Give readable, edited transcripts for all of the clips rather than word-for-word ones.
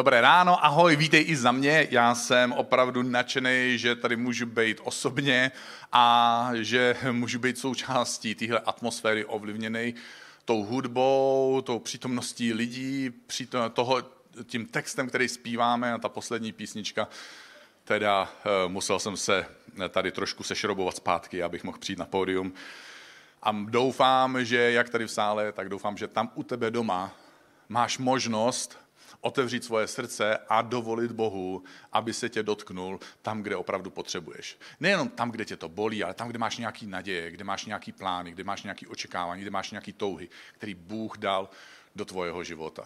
Dobré ráno, ahoj, vítej i za mě. Já jsem opravdu nadšený, že tady můžu být osobně a že můžu být součástí téhle atmosféry ovlivněnej tou hudbou, tou přítomností lidí, tím textem, který zpíváme a ta poslední písnička, teda musel jsem se tady trošku sešrobovat zpátky, abych mohl přijít na pódium. A doufám, že jak tady v sále, tak doufám, že tam u tebe doma máš možnost otevřít svoje srdce a dovolit Bohu, aby se tě dotknul tam, kde opravdu potřebuješ. Nejenom tam, kde tě to bolí, ale tam, kde máš nějaký naděje, kde máš nějaký plány, kde máš nějaký očekávání, kde máš nějaký touhy, který Bůh dal do tvojeho života.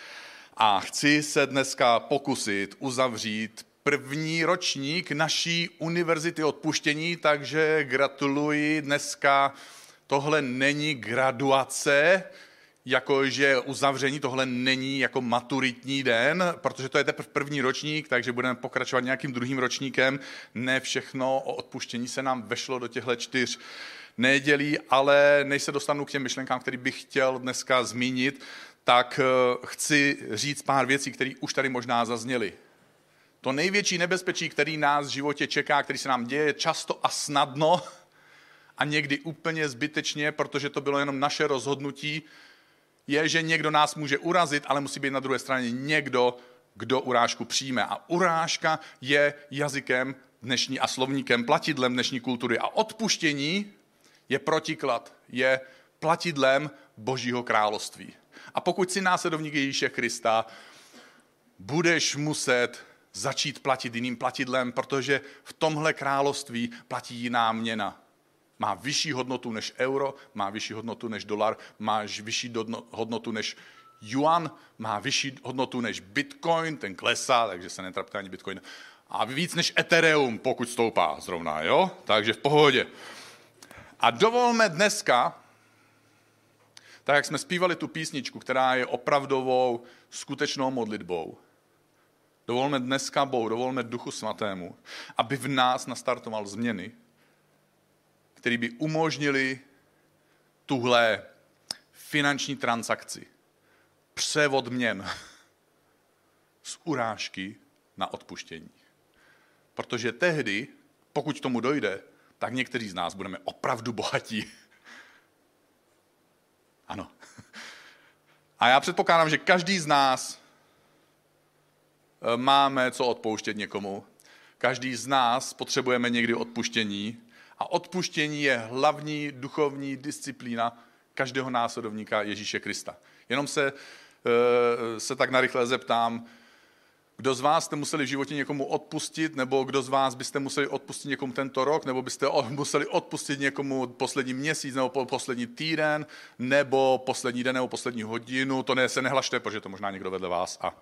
A chci se dneska pokusit uzavřít první ročník naší univerzity odpuštění, takže gratuluji. Dneska tohle není graduace, jakože uzavření, tohle není jako maturitní den, protože to je teprve první ročník, takže budeme pokračovat nějakým druhým ročníkem. Ne všechno o odpuštění se nám vešlo do těchto 4 nedělí, ale než se dostanu k těm myšlenkám, který bych chtěl dneska zmínit, tak chci říct pár věcí, které už tady možná zazněly. To největší nebezpečí, který nás v životě čeká, který se nám děje často a snadno a někdy úplně zbytečně, protože to bylo jenom naše rozhodnutí, je, že někdo nás může urazit, ale musí být na druhé straně někdo, kdo urážku přijme. A urážka je jazykem dnešní a slovníkem, platidlem dnešní kultury. A odpuštění je protiklad, je platidlem Božího království. A pokud jsi následovník Ježíše Krista, budeš muset začít platit jiným platidlem, protože v tomhle království platí jiná měna. Má vyšší hodnotu než euro, má vyšší hodnotu než dolar, má vyšší hodnotu než yuan, má vyšší hodnotu než bitcoin, ten klesá, takže se netrapte ani bitcoin. A víc než Ethereum, pokud stoupá zrovna, jo? Takže v pohodě. A dovolme dneska, tak jak jsme zpívali tu písničku, která je opravdovou, skutečnou modlitbou, dovolme dneska Bohu, dovolme Duchu Svatému, aby v nás nastartoval změny, které by umožnili tuhle finanční transakci, převod měn z urážky na odpuštění. Protože tehdy, pokud tomu dojde, tak někteří z nás budeme opravdu bohatí. Ano. A já předpokládám, že každý z nás máme co odpouštět někomu. Každý z nás potřebujeme někdy odpuštění. A odpuštění je hlavní duchovní disciplína každého následovníka Ježíše Krista. Jenom se tak narychle zeptám, kdo z vás jste museli v životě někomu odpustit, nebo kdo z vás byste museli odpustit někomu tento rok, nebo byste museli odpustit někomu poslední měsíc, nebo poslední týden, nebo poslední den, nebo poslední hodinu. To se nehlašte, protože to možná někdo vedle vás. A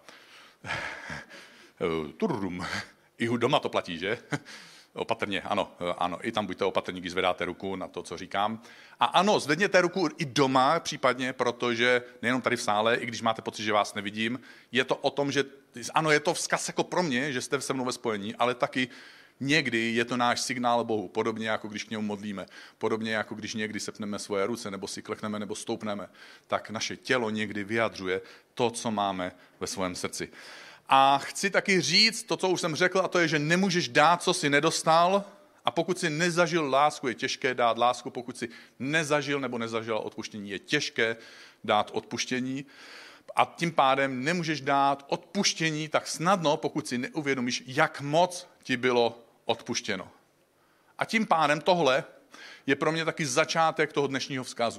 i doma to platí, že? Opatrně, ano, i tam buďte opatrní, když zvedáte ruku na to, co říkám. A ano, zvedněte ruku i doma případně, protože nejenom tady v sále, i když máte pocit, že vás nevidím, je to o tom, že ano, je to vzkaz jako pro mě, že jste se mnou ve spojení, ale taky někdy je to náš signál Bohu, podobně jako když k němu modlíme, podobně jako když někdy sepneme svoje ruce, nebo si klekneme, nebo stoupneme, tak naše tělo někdy vyjadřuje to, co máme ve svém srdci. A chci taky říct to, co už jsem řekl, a to je, že nemůžeš dát, co jsi nedostal. A pokud jsi nezažil lásku, je těžké dát lásku. Pokud jsi nezažil nebo nezažila odpuštění, je těžké dát odpuštění. A tím pádem nemůžeš dát odpuštění tak snadno, pokud si neuvědomíš, jak moc ti bylo odpuštěno. A tím pádem tohle je pro mě taky začátek toho dnešního vzkazu.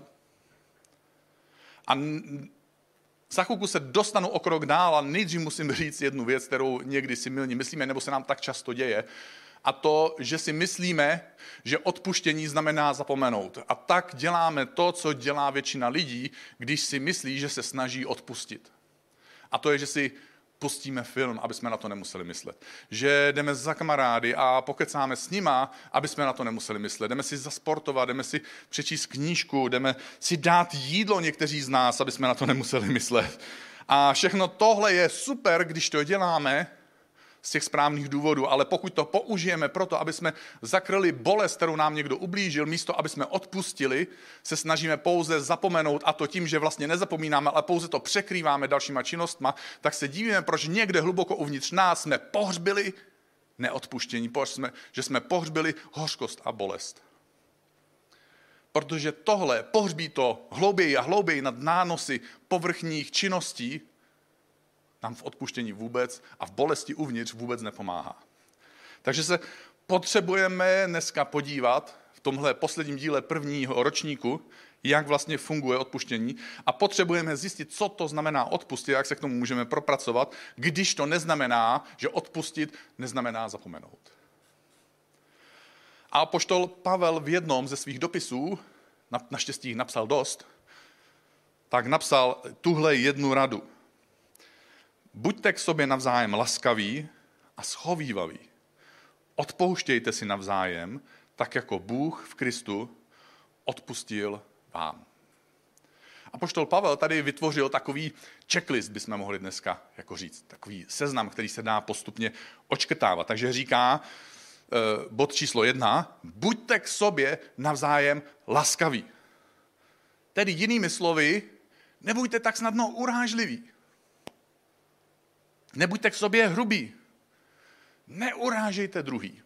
A za chvilku se dostanu o krok dál a nejdřív musím říct jednu věc, kterou někdy si mylně myslíme, nebo se nám tak často děje. A to, že si myslíme, že odpuštění znamená zapomenout. A tak děláme to, co dělá většina lidí, když si myslí, že se snaží odpustit. A to je, že si pustíme film, aby jsme na to nemuseli myslet. Že jdeme za kamarády a pokecáme s nima, aby jsme na to nemuseli myslet. Jdeme si zasportovat, jdeme si přečíst knížku, jdeme si dát jídlo někteří z nás, aby jsme na to nemuseli myslet. A všechno tohle je super, když to děláme z těch správných důvodů, ale pokud to použijeme proto, aby jsme zakryli bolest, kterou nám někdo ublížil, místo aby jsme odpustili, se snažíme pouze zapomenout, a to tím, že vlastně nezapomínáme, ale pouze to překrýváme dalšíma činnostma, tak se divíme, proč někde hluboko uvnitř nás jsme pohřbili neodpuštění, že jsme pohřbili hořkost a bolest. Protože tohle pohřbí to hlouběji a hlouběji nad nánosy povrchních činností, nám v odpuštění vůbec a v bolesti uvnitř vůbec nepomáhá. Takže se potřebujeme dneska podívat v tomhle posledním díle prvního ročníku, jak vlastně funguje odpuštění a potřebujeme zjistit, co to znamená odpustit, jak se k tomu můžeme propracovat, když to neznamená, že odpustit neznamená zapomenout. A apoštol Pavel v jednom ze svých dopisů, naštěstí jich napsal dost, tak napsal tuhle jednu radu. Buďte k sobě navzájem laskaví a schovívaví. Odpouštějte si navzájem, tak jako Bůh v Kristu odpustil vám. Apoštol Pavel tady vytvořil takový checklist, bychom mohli dneska jako říct. Takový seznam, který se dá postupně očkrtávat. Takže říká bod číslo 1, buďte k sobě navzájem laskaví. Tedy jinými slovy, nebuďte tak snadno urážliví. Nebuďte k sobě hrubí. Neurážejte druhý.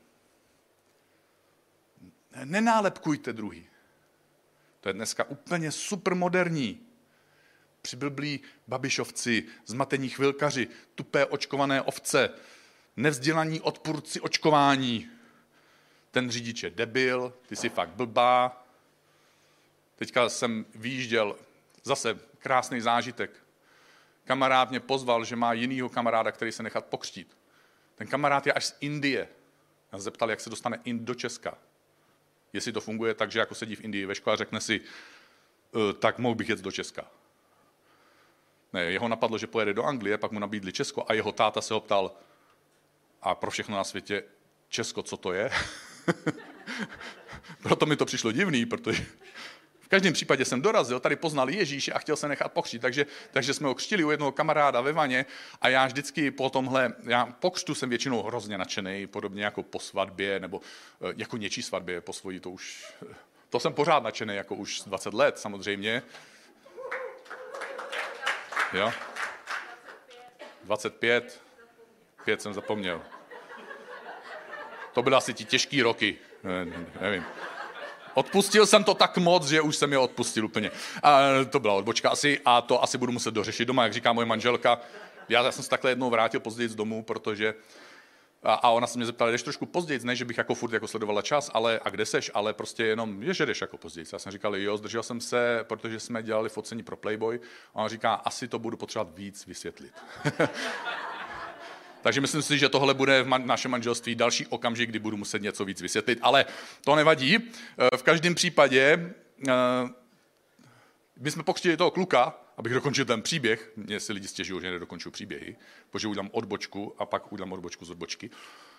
Nenálepkujte druhý. To je dneska úplně supermoderní. Přiblblí babišovci, zmatení chvilkaři, tupé očkované ovce, nevzdělaní odpůrci očkování. Ten řidič je debil, ty jsi fakt blbá. Teďka jsem vyjížděl, zase krásný zážitek. Kamarád mě pozval, že má jinýho kamaráda, který se nechat pokřtít. Ten kamarád je až z Indie. Já se zeptal, jak se dostane Ind do Česka. Jestli to funguje tak, že jako sedí v Indii ve škole a řekne si, tak mohl bych jet do Česka. Ne, jeho napadlo, že pojede do Anglie, pak mu nabídli Česko a jeho táta se ho ptal, a pro všechno na světě Česko, co to je? Proto mi to přišlo divný, protože v každém případě jsem dorazil, tady poznal Ježíše a chtěl se nechat pokřtít, takže jsme ho křtili u jednoho kamaráda ve vaně a já vždycky po tomhle, po křtu jsem většinou hrozně nadšenej, podobně jako po svatbě, nebo jako něčí svatbě, po svojí to jsem pořád nadšenej, jako už 20 let samozřejmě. Jo? 25, 5 jsem zapomněl. To byly asi ti těžký roky, nevím. Odpustil jsem to tak moc, že už jsem je odpustil úplně. A to byla odbočka asi a to asi budu muset dořešit doma, jak říká moje manželka. Já jsem se takhle jednou vrátil později z domu, protože a ona se mě zeptala, jdeš trošku později, ne, že bych jako furt jako sledovala čas, ale a kde seš, ale prostě jenom, že jdeš jako později. Já jsem říkal, jo, zdržel jsem se, protože jsme dělali focení pro Playboy a ona říká, asi to budu potřebovat víc vysvětlit. Takže myslím si, že tohle bude v našem manželství další okamžik, kdy budu muset něco víc vysvětlit, ale to nevadí. V každém případě my jsme pokřtili toho kluka, abych dokončil ten příběh. Mně si lidi stěžují, že nedokončuju příběhy, protože udělám odbočku a pak udělám odbočku z odbočky.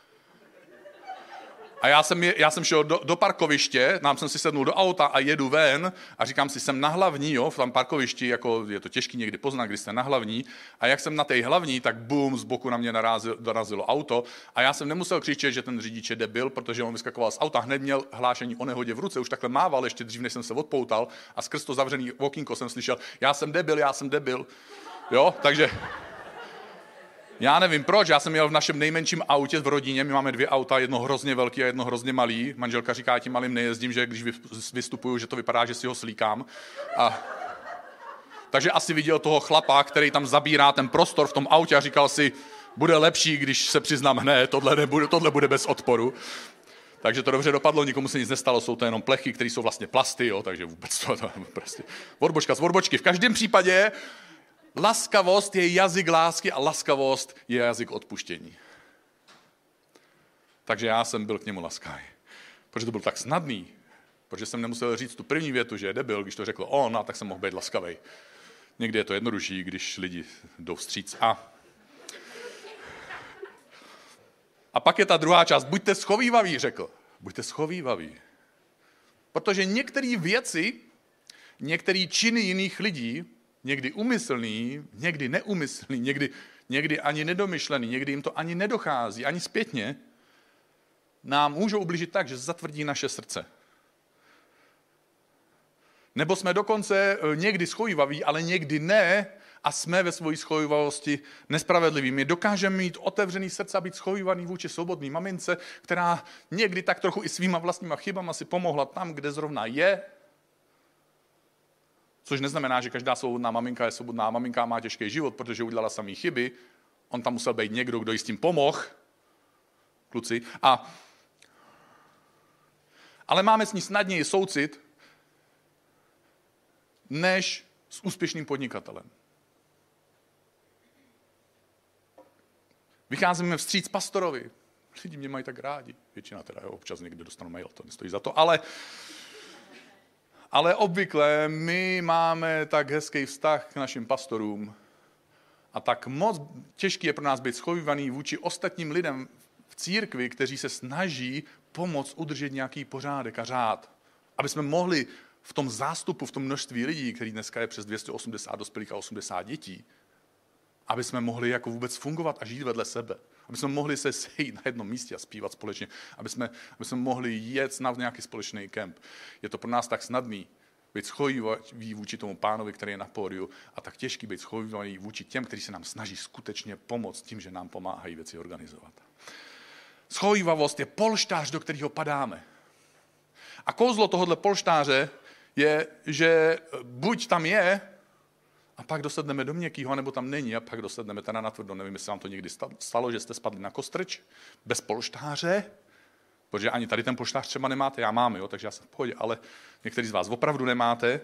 A já jsem šel do parkoviště, nám jsem si sednul do auta a jedu ven a říkám si, jsem na hlavní, jo, v tom parkovišti, jako je to těžký někdy poznat, když jste na hlavní. A jak jsem na té hlavní, tak bum, z boku na mě dorazilo auto a já jsem nemusel křičet, že ten řidič je debil, protože on vyskakoval z auta, hned měl hlášení o nehodě v ruce, už takhle mával ještě dřív, než jsem se odpoutal a skrz to zavřený okýnko jsem slyšel, já jsem debil. Jo, takže já nevím proč, já jsem jel v našem nejmenším autě v rodině, my máme 2 auta, jedno hrozně velký a jedno hrozně malý. Manželka říká, tím malým nejezdím, že když vystupuju, že to vypadá, že si ho slíkám. Takže asi viděl toho chlapa, který tam zabírá ten prostor v tom autě a říkal si, bude lepší, když se přiznám hned, tohle bude bez odporu. Takže to dobře dopadlo, nikomu se nic nestalo, jsou to jenom plechy, které jsou vlastně plasty, jo, takže vůbec to prostě odbočka z odbočky. V každém případě laskavost je jazyk lásky a laskavost je jazyk odpuštění. Takže já jsem byl k němu laskavý. Protože to byl tak snadný. Protože jsem nemusel říct tu první větu, že je debil, když to řekl on, a tak jsem mohl být laskavý. Někdy je to jednodušší, když lidi jdou vstříc. A pak je ta druhá část. Buďte schovívaví, řekl. Buďte schovívaví. Protože některé věci, některé činy jiných lidí, někdy úmyslný, někdy neúmyslný, někdy ani nedomyšlený, někdy jim to ani nedochází, ani zpětně, nám můžou ublížit tak, že zatvrdí naše srdce. Nebo jsme dokonce někdy schojivaví, ale někdy ne a jsme ve své schojivavosti nespravedliví. My dokážeme mít otevřený srdce a být schojivaný vůči svobodný mamince, která někdy tak trochu i svýma vlastníma chybama si pomohla tam, kde zrovna je. Což neznamená, že každá svobodná maminka je svobodná maminka a má těžký život, protože udělala samý chyby. On tam musel být někdo, kdo jí s tím pomohl. Kluci. Ale máme s ní snadněji soucit, než s úspěšným podnikatelem. Vycházíme vstříc pastorovi. Lidi mě mají tak rádi. Většina teda, občas někde dostanu mail, to nestojí za to. Ale obvykle my máme tak hezký vztah k našim pastorům a tak moc těžký je pro nás být schovávaný vůči ostatním lidem v církvi, kteří se snaží pomoct udržet nějaký pořádek a řád. Aby jsme mohli v tom zástupu, v tom množství lidí, který dneska je přes 280 dospělých a 80 dětí, aby jsme mohli jako vůbec fungovat a žít vedle sebe. Aby jsme mohli se sejít na jednom místě a zpívat společně. Aby jsme mohli jet na nějaký společný kemp. Je to pro nás tak snadný být schovivý vůči tomu pánovi, který je na pódiu, a tak těžký být schovivý vůči těm, kteří se nám snaží skutečně pomoct tím, že nám pomáhají věci organizovat. Schovivavost je polštář, do kterého padáme. A kouzlo tohohle polštáře je, že buď tam je, a pak dosedneme do měkkýho, nebo tam není, a pak dosedneme teda na tvrdo. Nevím, jestli vám to někdy stalo, že jste spadli na kostrč bez polštáře, protože ani tady ten polštář třeba nemáte, já mám, jo, takže já jsem v pohodě, ale někteří z vás opravdu nemáte.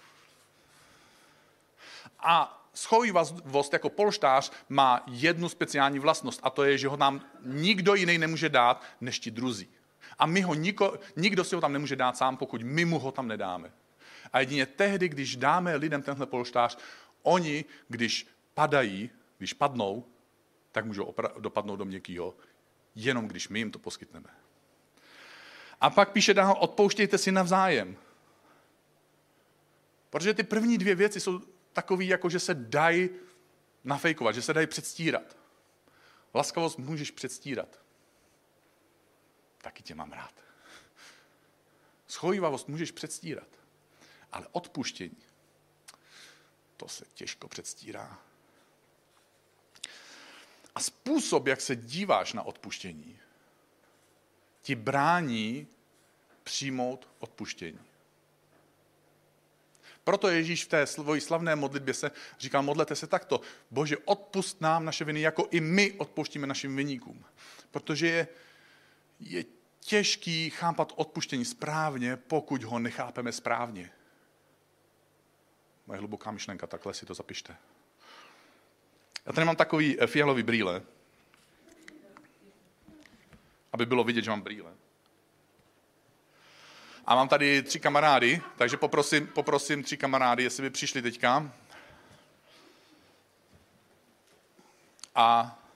A schovivavost jako polštář má jednu speciální vlastnost, a to je, že ho nám nikdo jiný nemůže dát, než ti druzí. A nikdo si ho tam nemůže dát sám, pokud my mu ho tam nedáme. A jedině tehdy, když dáme lidem tenhle polštář, oni, když padnou, tak můžou dopadnout do měkkýho, jenom když my jim to poskytneme. A pak píše dál, odpouštějte si navzájem. Protože ty první dvě věci jsou takový, jako že se dají nafejkovat, že se dají předstírat. Laskavost můžeš předstírat. Taky tě mám rád. Schovivavost můžeš předstírat. Ale odpuštění, to se těžko předstírá. A způsob, jak se díváš na odpuštění, ti brání přijmout odpuštění. Proto Ježíš v té svojí slavné modlitbě se říkal, modlete se takto. Bože, odpusť nám naše viny, jako i my odpouštíme našim viníkům. Protože je těžký chápat odpuštění správně, pokud ho nechápeme správně. Moje hluboká myšlenka, takhle si to zapište. Já tady mám takový fialový brýle, aby bylo vidět, že mám brýle. A mám tady 3 kamarády, takže poprosím 3 kamarády, jestli by přišli teďka. A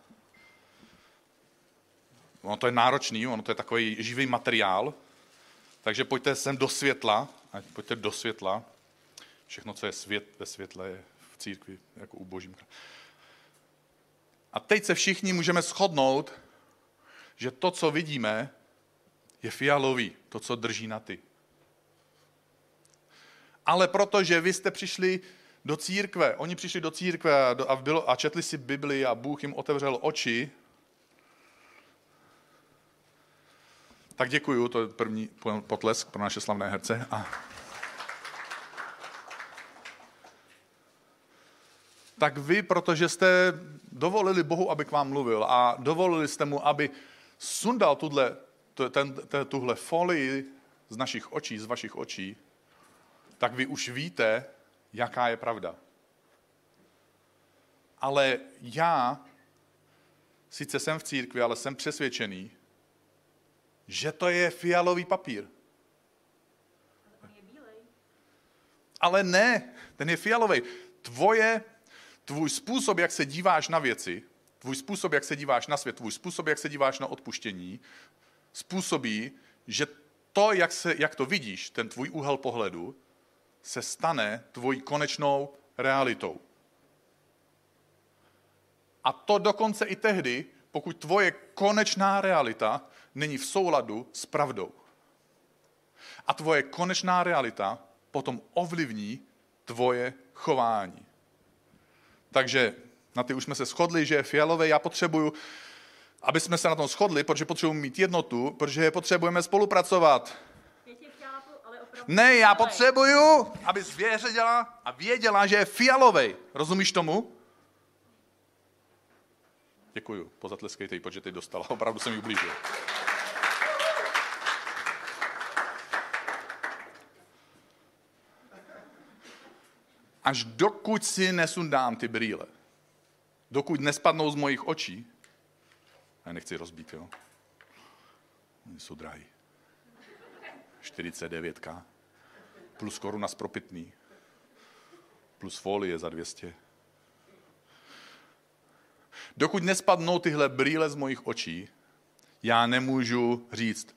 ono to je náročný, ono to je takový živý materiál, takže pojďte sem do světla, pojďte do světla. Všechno, co je ve světle, je v církvi, jako u božím. A teď se všichni můžeme shodnout, že to, co vidíme, je fialový, to, co drží na ty. Ale protože vy jste přišli do církve, oni přišli do církve a četli si Bibli a Bůh jim otevřel oči, tak děkuju, to je první potlesk pro naše slavné herce. Tak vy, protože jste dovolili Bohu, aby k vám mluvil a dovolili jste mu, aby sundal tuhle folii z našich očí, z vašich očí, tak vy už víte, jaká je pravda. Ale já sice jsem v církvi, ale jsem přesvědčený, že to je fialový papír. Ale on je bílej. Ale ne, ten je fialový. Tvůj způsob, jak se díváš na věci, tvůj způsob, jak se díváš na svět, tvůj způsob, jak se díváš na odpuštění, způsobí, že to, jak to vidíš, ten tvůj úhel pohledu, se stane tvojí konečnou realitou. A to dokonce i tehdy, pokud tvoje konečná realita není v souladu s pravdou. A tvoje konečná realita potom ovlivní tvoje chování. Takže na ty už jsme se shodli, že je fialový. Já potřebuju, aby jsme se na tom shodli, protože potřebujeme mít jednotu, protože potřebujeme spolupracovat. Ne, já potřebuju, abys věřila a věděla, že je fialovej. Rozumíš tomu? Děkuju, pozatleskejte jí, protože teď dostala. Opravdu jsem jí ublížil. Až dokud si nesundám ty brýle, dokud nespadnou z mojich očí, já nechci rozbít, jo? Oni jsou drahý. 49K. Plus koruna z propitný. Plus folie za 200. Dokud nespadnou tyhle brýle z mojich očí, já nemůžu říct,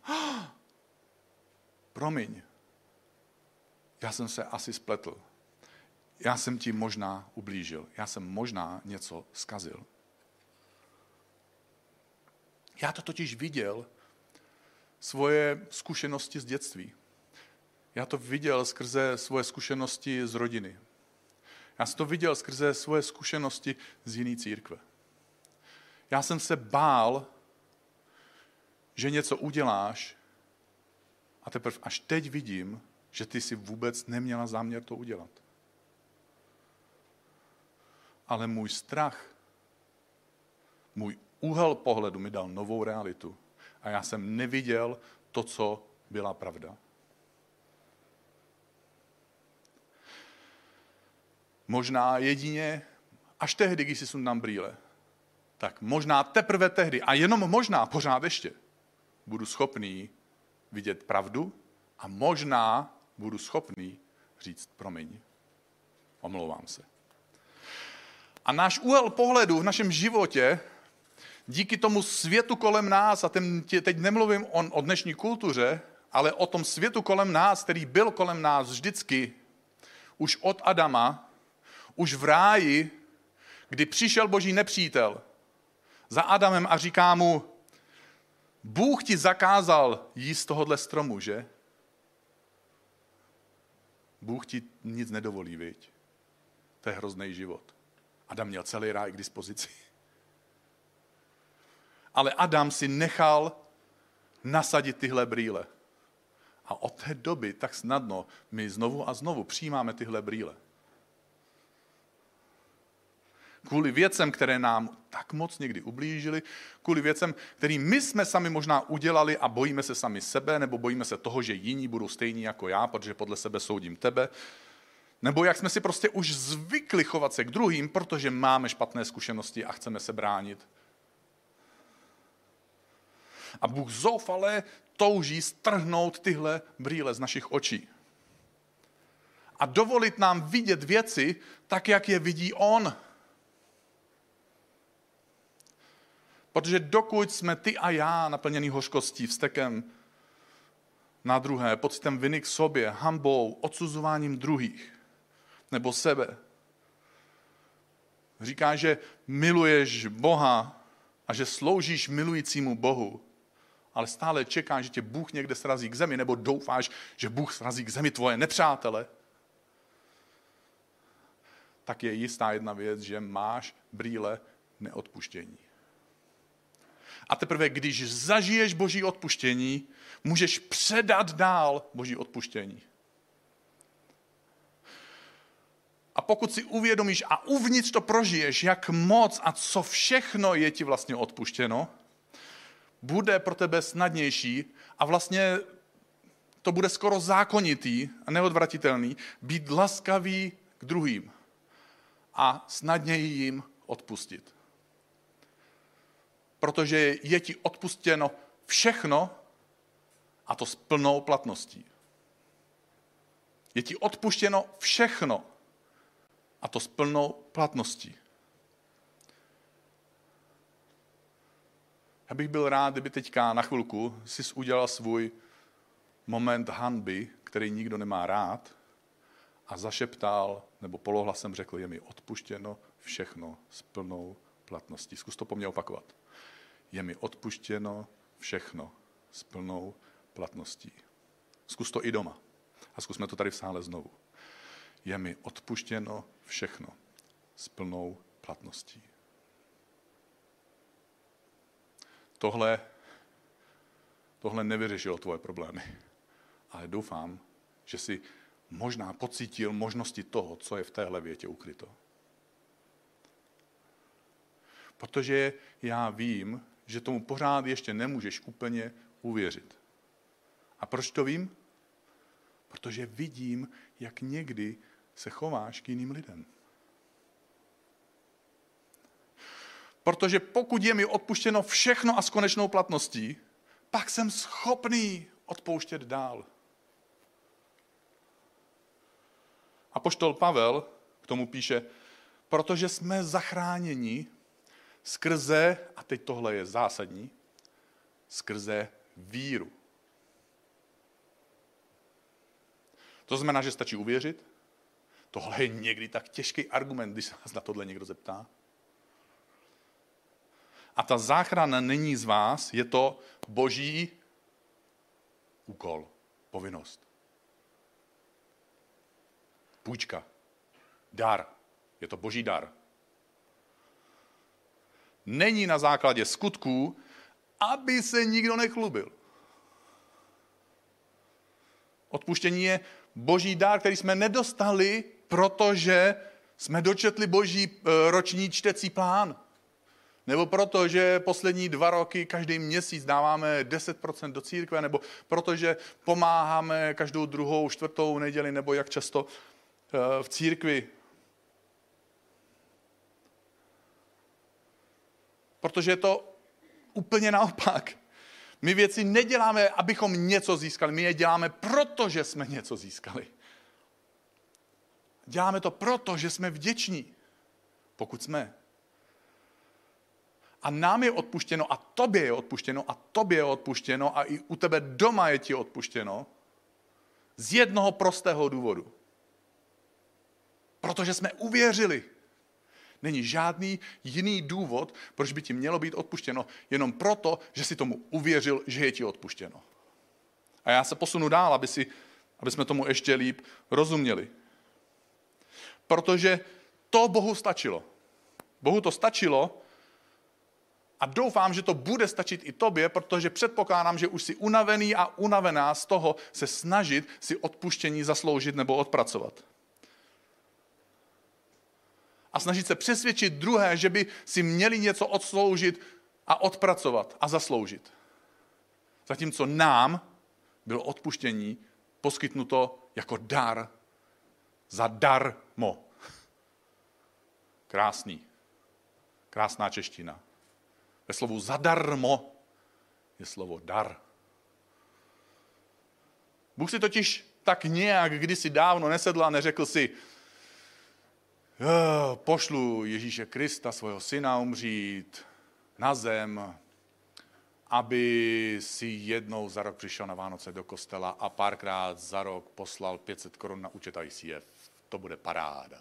promiň, já jsem se asi spletl. Já jsem ti možná ublížil. Já jsem možná něco zkazil. Já to totiž viděl svoje zkušenosti z dětství. Já to viděl skrze svoje zkušenosti z rodiny. Já jsem to viděl skrze svoje zkušenosti z jiné církve. Já jsem se bál, že něco uděláš a teprve až teď vidím, že ty si vůbec neměla záměr to udělat. Ale můj strach, můj úhel pohledu mi dal novou realitu a já jsem neviděl to, co byla pravda. Možná jedině až tehdy, když si sundám brýle, tak možná teprve tehdy a jenom možná pořád ještě budu schopný vidět pravdu a možná budu schopný říct promiň. Omlouvám se. A náš úhel pohledu v našem životě díky tomu světu kolem nás, a teď nemluvím o dnešní kultuře, ale o tom světu kolem nás, který byl kolem nás vždycky, už od Adama, už v ráji, kdy přišel boží nepřítel za Adamem a říká mu, Bůh ti zakázal jíst tohodle stromu, že? Bůh ti nic nedovolí, viď? To je hrozný život. Adam měl celý ráj k dispozici. Ale Adam si nechal nasadit tyhle brýle. A od té doby tak snadno my znovu a znovu přijímáme tyhle brýle. Kvůli věcem, které nám tak moc někdy ublížili, kvůli věcem, které my jsme sami možná udělali a bojíme se sami sebe, nebo bojíme se toho, že jiní budou stejní jako já, protože podle sebe soudím tebe, nebo jak jsme si prostě už zvykli chovat se k druhým, protože máme špatné zkušenosti a chceme se bránit. A Bůh zoufale touží strhnout tyhle brýle z našich očí. A dovolit nám vidět věci tak, jak je vidí on. Protože dokud jsme ty a já naplněný hořkostí, vztekem na druhé, pocitem viny k sobě, hanbou, odsuzováním druhých nebo sebe, říká, že miluješ Boha a že sloužíš milujícímu Bohu, ale stále čekáš, že tě Bůh někde srazí k zemi, nebo doufáš, že Bůh srazí k zemi tvoje nepřátele, tak je jistá jedna věc, že máš brýle neodpuštění. A teprve, když zažiješ Boží odpuštění, můžeš předat dál Boží odpuštění. A pokud si uvědomíš a uvnitř to prožiješ, jak moc a co všechno je ti vlastně odpuštěno, bude pro tebe snadnější a vlastně to bude skoro zákonitý a neodvratitelný být laskavý k druhým a snadněji jim odpustit. Protože je ti odpustěno všechno a to s plnou platností. Je ti odpuštěno všechno a to s plnou platností. Já bych byl rád, kdyby teďka na chvilku jsi udělal svůj moment hanby, který nikdo nemá rád, a zašeptal, nebo polohlasem řekl, je mi odpuštěno všechno s plnou platností. Zkus to po mně opakovat. Je mi odpuštěno všechno s plnou platností. Zkus to i doma. A zkusme to tady v sále znovu. Je mi odpuštěno všechno s plnou platností. Tohle nevyřešilo tvoje problémy. Ale doufám, že jsi možná pocítil možnosti toho, co je v téhle větě ukryto. Protože já vím, že tomu pořád ještě nemůžeš úplně uvěřit. A proč to vím? Protože vidím, jak někdy se chováš k jiným lidem. Protože pokud je mi odpuštěno všechno a s konečnou platností, pak jsem schopný odpouštět dál. Apoštol Pavel k tomu píše, protože jsme zachráněni skrze, a teď tohle je zásadní, skrze víru. To znamená, že stačí uvěřit? Tohle je někdy tak těžký argument, když se nás na tohle někdo zeptá. A ta záchrana není z vás, je to boží úkol, povinnost. Půjčka, dar, je to boží dar. Není na základě skutků, aby se nikdo nechlubil. Odpuštění je boží dar, který jsme nedostali, protože jsme dočetli boží roční čtecí plán. Nebo proto, že poslední 2 roky každý měsíc dáváme 10% do církve, nebo protože pomáháme každou 2., 4. neděli, nebo jak často v církvi. Protože je to úplně naopak. My věci neděláme, abychom něco získali. My je děláme, protože jsme něco získali. Děláme to proto, že jsme vděční. Pokud jsme. A nám je odpuštěno, a tobě je odpuštěno, a tobě je odpuštěno, a i u tebe doma je ti odpuštěno. Z jednoho prostého důvodu. Protože jsme uvěřili. Není žádný jiný důvod, proč by ti mělo být odpuštěno, jenom proto, že si tomu uvěřil, že je ti odpuštěno. A já se posunu dál, aby jsme tomu ještě líp rozuměli. Protože to Bohu stačilo. Bohu to stačilo a doufám, že to bude stačit i tobě, protože předpokládám, že už jsi unavený a unavená z toho se snažit si odpuštění zasloužit nebo odpracovat. A snažit se přesvědčit druhé, že by si měli něco odsloužit a odpracovat a zasloužit. Zatímco nám bylo odpuštění poskytnuto jako dar, zadarmo. Krásný. Krásná čeština. Ve slovu zadarmo je slovo dar. Bůh si totiž tak nějak kdysi dávno nesedl a neřekl si, pošlu Ježíše Krista, svého syna, umřít na zem, aby si jednou za rok přišel na Vánoce do kostela a párkrát za rok poslal 500 korun na účet ICF. To bude paráda.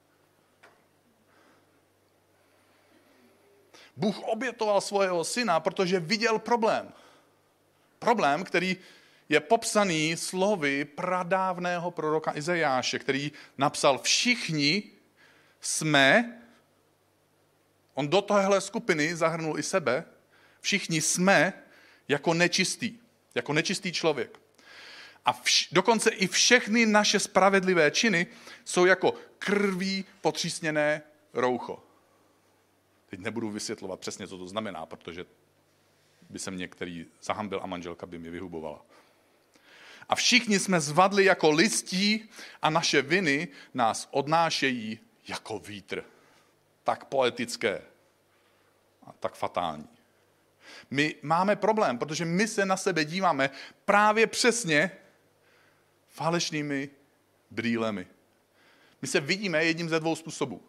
Bůh obětoval svého syna, protože viděl problém. Problém, který je popsaný slovy pradávného proroka Izajáše, který napsal všichni jsme, on do téhle skupiny zahrnul i sebe, všichni jsme jako nečistý člověk. A dokonce i všechny naše spravedlivé činy jsou jako krví potřísněné roucho. Teď nebudu vysvětlovat přesně, co to znamená, protože by se mě který zahambil a manželka by mi vyhubovala. A všichni jsme zvadli jako listí a naše viny nás odnášejí jako vítr. Tak poetické a tak fatální. My máme problém, protože my se na sebe díváme právě přesně falešnými brýlemi. My se vidíme jedním ze 2 způsobů.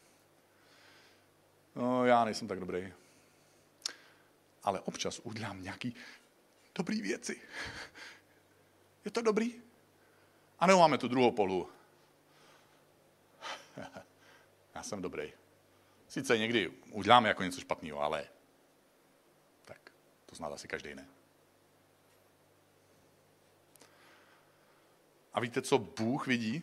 No, já nejsem tak dobrý. Ale občas udělám nějaký dobrý věci. Je to dobrý? A nebo máme tu druhou polu. Já jsem dobrý. Sice někdy uděláme jako něco špatného, ale tak to zná asi každý, ne? A víte, co Bůh vidí?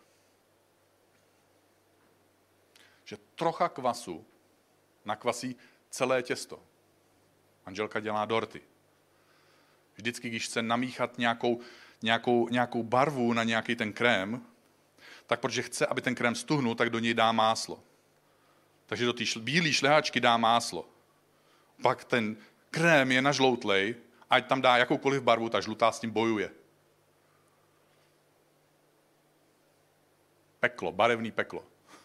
Že trocha kvasu nakvasí celé těsto. Manželka dělá dorty. Vždycky, když chce namíchat nějakou barvu na nějaký ten krém, tak protože chce, aby ten krém stuhnul, tak do něj dá máslo. Takže do té bílé šlehačky dá máslo. Pak ten krém je nažloutlej, ať tam dá jakoukoliv barvu, ta žlutá s tím bojuje. Peklo, barevný peklo.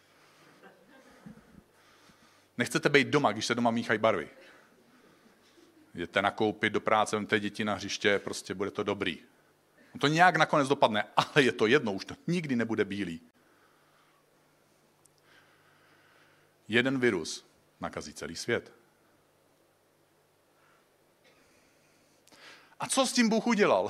Nechcete být doma, když se doma míchají barvy. Jdete nakoupit do práce, vemte děti na hřiště, prostě bude to dobrý. No to nějak nakonec dopadne, ale je to jedno, už to nikdy nebude bílý. Jeden virus nakazí celý svět. A co s tím Bůh udělal?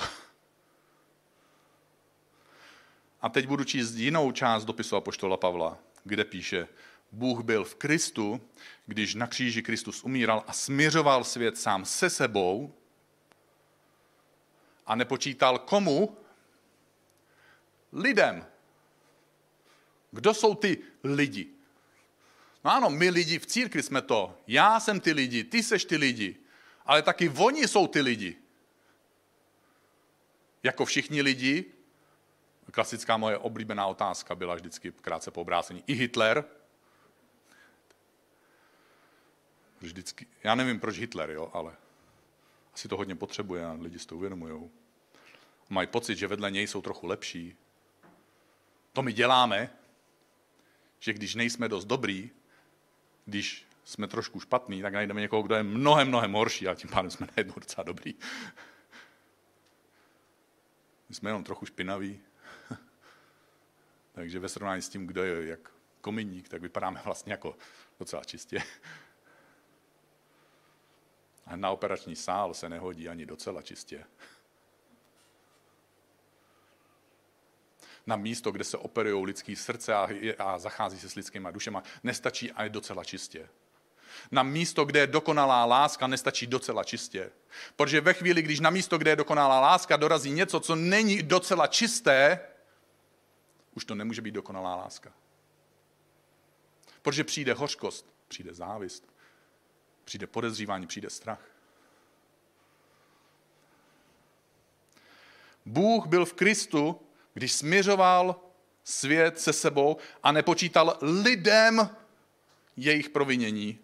A teď budu číst jinou část dopisu apoštola Pavla, kde píše: Bůh byl v Kristu, když na kříži Kristus umíral a smiřoval svět sám se sebou a nepočítal komu? Lidem. Kdo jsou ty lidi? No ano, my lidi v církvi jsme to. Já jsem ty lidi, ty seš ty lidi. Ale taky oni jsou ty lidi. Jako všichni lidi, klasická moje oblíbená otázka byla vždycky krátce po obrácení. I Hitler? Vždycky, já nevím, proč Hitler, jo, ale asi to hodně potřebuje a lidi si to uvědomujou. Mají pocit, že vedle něj jsou trochu lepší. To my děláme, že když nejsme dost dobrý, když jsme trošku špatný, tak najdeme někoho, kdo je mnohem horší a tím pádem jsme najednou docela dobrý. My jsme jenom trochu špinaví. Takže ve srovnání s tím, kdo je jak kominík, tak vypadáme vlastně jako docela čistě. A na operační sál se nehodí ani docela čistě. Na místo, kde se operují lidský srdce a zachází se s lidskýma dušema, nestačí ani docela čistě. Na místo, kde je dokonalá láska, nestačí docela čistě. Protože ve chvíli, když na místo, kde je dokonalá láska, dorazí něco, co není docela čisté, už to nemůže být dokonalá láska. Protože přijde hořkost, přijde závist, přijde podezřívání, přijde strach. Bůh byl v Kristu, když smiřoval svět se sebou a nepočítal lidem jejich provinění.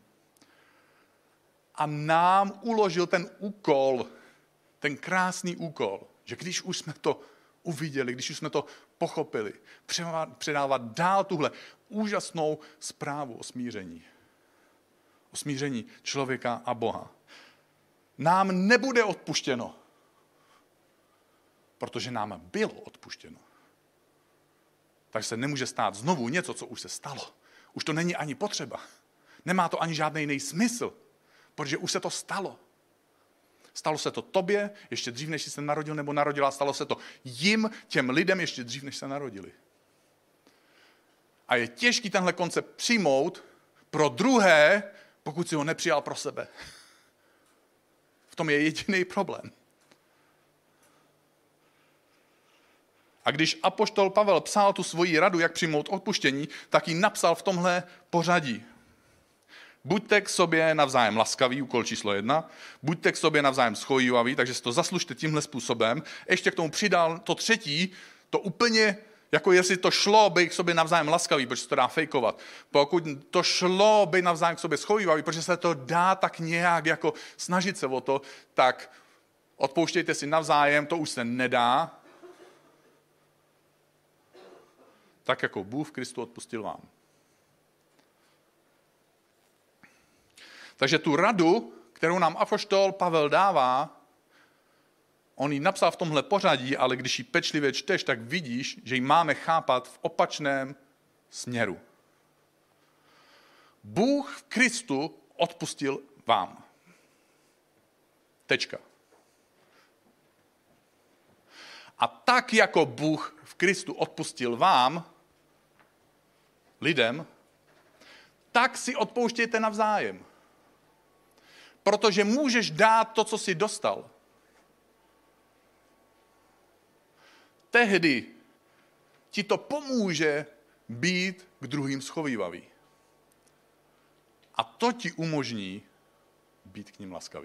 A nám uložil ten úkol, ten krásný úkol, že když už jsme to uviděli, když už jsme to pochopili, předávat dál tuhle úžasnou zprávu o smíření. O smíření člověka a Boha. Nám nebude odpuštěno, protože nám bylo odpuštěno. Takže se nemůže stát znovu něco, co už se stalo. Už to není ani potřeba. Nemá to ani žádný jiný smysl, protože už se to stalo. Stalo se to tobě ještě dřív, než jsi se narodil nebo narodila. Stalo se to jim, těm lidem, ještě dřív, než se narodili. A je těžký tenhle koncept přijmout pro druhé, pokud si ho nepřijal pro sebe. V tom je jediný problém. A když apoštol Pavel psal tu svoji radu, jak přijmout odpuštění, tak ji napsal v tomhle pořadí. Buďte k sobě navzájem laskaví, úkol číslo 1. Buďte k sobě navzájem schojivaví, takže si to zaslužte tímhle způsobem. Ještě k tomu přidal to třetí, to úplně, jako jestli to šlo být k sobě navzájem laskaví, protože se to dá fejkovat. Pokud to šlo být navzájem k sobě schojivavý, protože se to dá tak nějak jako snažit se o to, tak odpouštějte si navzájem, to už se nedá. Tak jako Bůh v Kristu odpustil vám. Takže tu radu, kterou nám apoštol Pavel dává, on ji napsal v tomhle pořadí, ale když ji pečlivě čteš, tak vidíš, že ji máme chápat v opačném směru. Bůh v Kristu odpustil vám. Tečka. A tak, jako Bůh v Kristu odpustil vám, lidem, tak si odpouštějte navzájem. Protože můžeš dát to, co jsi dostal. Tehdy ti to pomůže být k druhým schovívavý. A to ti umožní být k nim laskavý.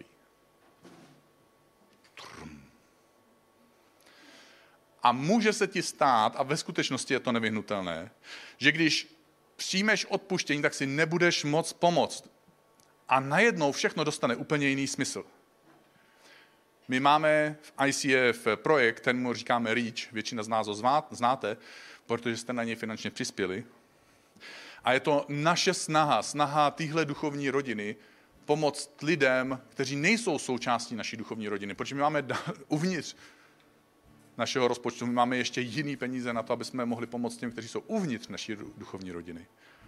A může se ti stát, a ve skutečnosti je to nevyhnutelné, že když přijmeš odpuštění, tak si nebudeš moc pomoct. A najednou všechno dostane úplně jiný smysl. My máme v ICF projekt, ten mu říkáme REACH, většina z nás ho znáte, protože jste na něj finančně přispěli. A je to naše snaha téhle duchovní rodiny pomoct lidem, kteří nejsou součástí naší duchovní rodiny, protože my máme uvnitř našeho rozpočtu, my máme ještě jiný peníze na to, aby jsme mohli pomoct těm, kteří jsou uvnitř naší duchovní rodiny.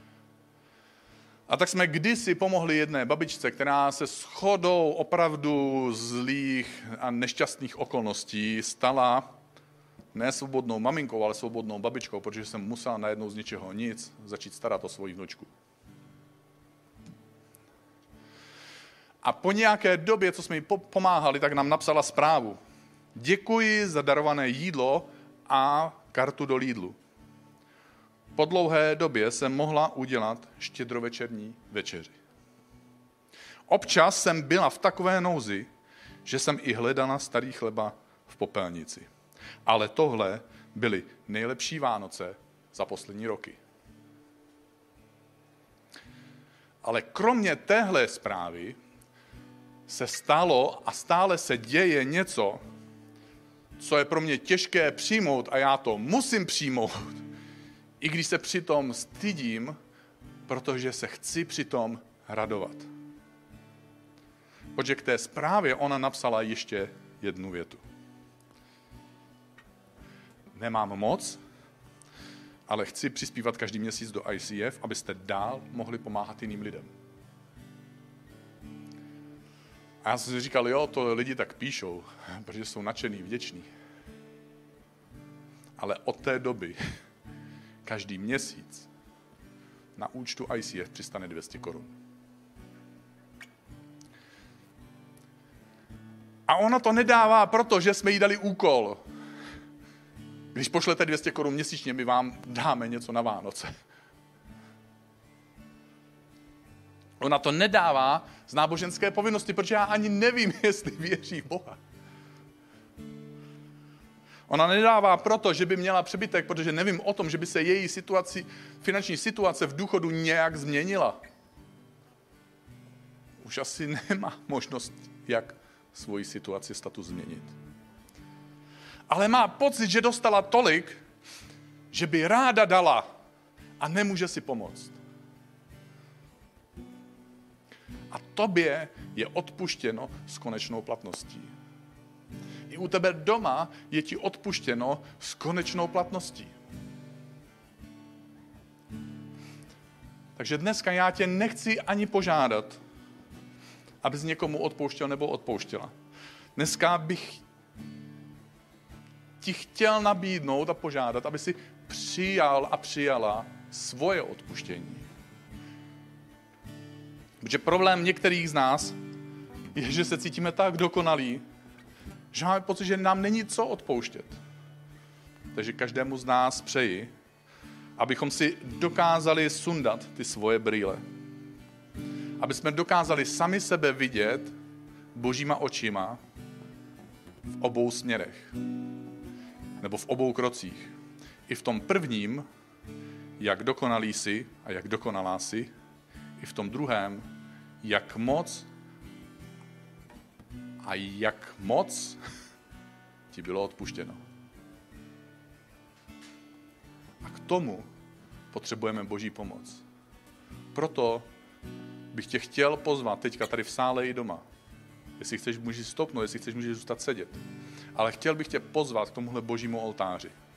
A tak jsme kdysi pomohli jedné babičce, která se shodou opravdu zlých a nešťastných okolností stala ne svobodnou maminkou, ale svobodnou babičkou, protože jsem musela najednou z ničeho nic začít starat o svoji vnučku. A po nějaké době, co jsme jí pomáhali, tak nám napsala zprávu. Děkuji za darované jídlo a kartu do Lidlu. Po dlouhé době jsem mohla udělat štědrovečerní večeři. Občas jsem byla v takové nouzi, že jsem i hledala starý chleba v popelnici. Ale tohle byly nejlepší Vánoce za poslední roky. Ale kromě téhle zprávy se stalo a stále se děje něco, co je pro mě těžké přijmout a já to musím přijmout, i když se přitom stydím, protože se chci přitom radovat. Protože k té zprávě ona napsala ještě jednu větu. Nemám moc, ale chci přispívat každý měsíc do ICF, abyste dál mohli pomáhat jiným lidem. A já jsem si říkal, jo, to lidi tak píšou, protože jsou nadšený, vděční. Ale od té doby každý měsíc na účtu ICF přistane 200 korun. A ona to nedává proto, že jsme jí dali úkol. Když pošlete 200 korun měsíčně, my vám dáme něco na Vánoce. Ona to nedává z náboženské povinnosti, protože já ani nevím, jestli věří v Boha. Ona nedává proto, že by měla přebytek, protože nevím o tom, že by se její finanční situace v důchodu nějak změnila. Už asi nemá možnost, jak svoji situaci, status změnit. Ale má pocit, že dostala tolik, že by ráda dala a nemůže si pomoct. A tobě je odpuštěno s konečnou platností. I u tebe doma je ti odpuštěno s konečnou platností. Takže dneska já tě nechci ani požádat, abys někomu odpouštěl nebo odpouštěla. Dneska bych ti chtěl nabídnout a požádat, aby si přijal a přijala svoje odpuštění. Protože problém některých z nás je, že se cítíme tak dokonalí, že máme pocit, že nám není co odpouštět. Takže každému z nás přeji, abychom si dokázali sundat ty svoje brýle. Aby jsme dokázali sami sebe vidět božíma očima v obou směrech. Nebo v obou krocích. I v tom prvním, jak dokonalý jsi a jak dokonalá jsi, i v tom druhém, jak moc a jak moc ti bylo odpuštěno. A k tomu potřebujeme Boží pomoc. Proto bych tě chtěl pozvat teďka tady v sále i doma. Jestli chceš, můžeš stoupnout, jestli chceš, můžeš zůstat sedět. Ale chtěl bych tě pozvat k tomuhle Božímu oltáři.